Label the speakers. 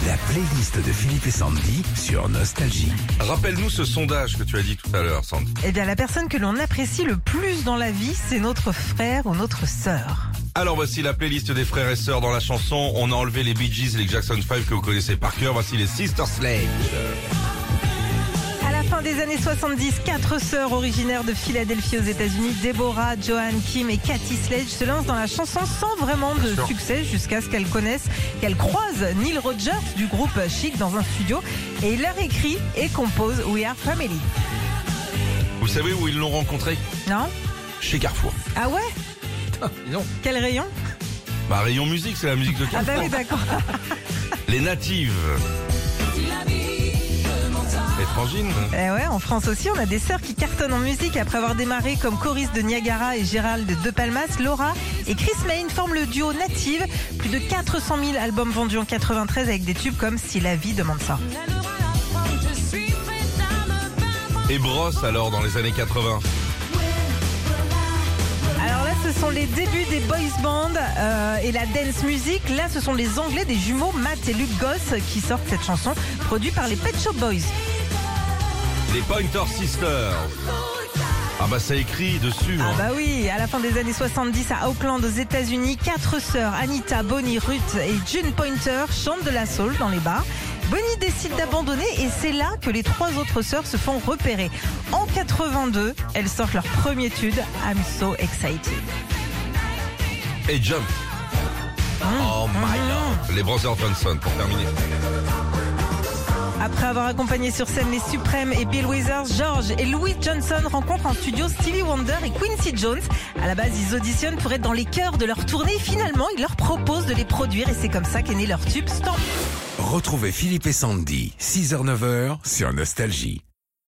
Speaker 1: La playlist de Philippe et Sandy sur Nostalgie.
Speaker 2: Rappelle-nous ce sondage que tu as dit tout à l'heure, Sandy.
Speaker 3: Eh bien, la personne que l'on apprécie le plus dans la vie, c'est notre frère ou notre sœur.
Speaker 2: Alors voici la playlist des frères et sœurs dans la chanson. On a enlevé les Bee Gees et les Jackson 5 que vous connaissez par cœur. Voici les Sister Sledge.
Speaker 3: À la fin des années 70, 4 sœurs originaires de Philadelphie aux États-Unis, Deborah, Joanne, Kim et Katy Sledge, se lancent dans la chanson sans vraiment de succès jusqu'à ce qu'elles croisent Neil Rogers du groupe Chic dans un studio et il leur écrit et compose We Are Family.
Speaker 2: Vous savez où ils l'ont rencontré?
Speaker 3: Non?
Speaker 2: Chez Carrefour.
Speaker 3: Ah ouais?
Speaker 2: Non.
Speaker 3: Quel rayon?
Speaker 2: Bah rayon musique, c'est la musique de
Speaker 3: Ah
Speaker 2: Carrefour.
Speaker 3: bah oui, d'accord.
Speaker 2: Les natives. Les frangines.
Speaker 3: Eh ouais, en France aussi, on a des sœurs qui cartonnent en musique après avoir démarré comme choristes de Niagara et Gérald de Palmas. Laura et Chris Mayne forment le duo Native. Plus de 400 000 albums vendus en 93 avec des tubes comme Si la vie demande ça.
Speaker 2: Et Brosse alors dans les années 80.
Speaker 3: Alors là, ce sont les débuts des boys band et la dance music. Là, ce sont les Anglais des jumeaux Matt et Luke Goss qui sortent cette chanson, produite par les Pet Shop Boys.
Speaker 2: Les Pointer Sisters. Ah bah ça écrit dessus.
Speaker 3: Ah bah oui, à la fin des années 70 à Auckland aux États-Unis, 4 sœurs, Anita, Bonnie, Ruth et June Pointer, chantent de la soul dans les bars. Bonnie décide d'abandonner et c'est là que les 3 autres sœurs se font repérer. En 82, elles sortent leur premier tube, I'm So Excited.
Speaker 2: Et Jump. Oh my love. Les Brothers Johnson pour terminer.
Speaker 3: Après avoir accompagné sur scène les Suprêmes et Bill Withers, George et Louis Johnson rencontrent en studio Stevie Wonder et Quincy Jones. À la base, ils auditionnent pour être dans les chœurs de leur tournée. Finalement, ils leur proposent de les produire et c'est comme ça qu'est né leur tube Stamp.
Speaker 1: Retrouvez Philippe et Sandy, 6h-9h sur Nostalgie.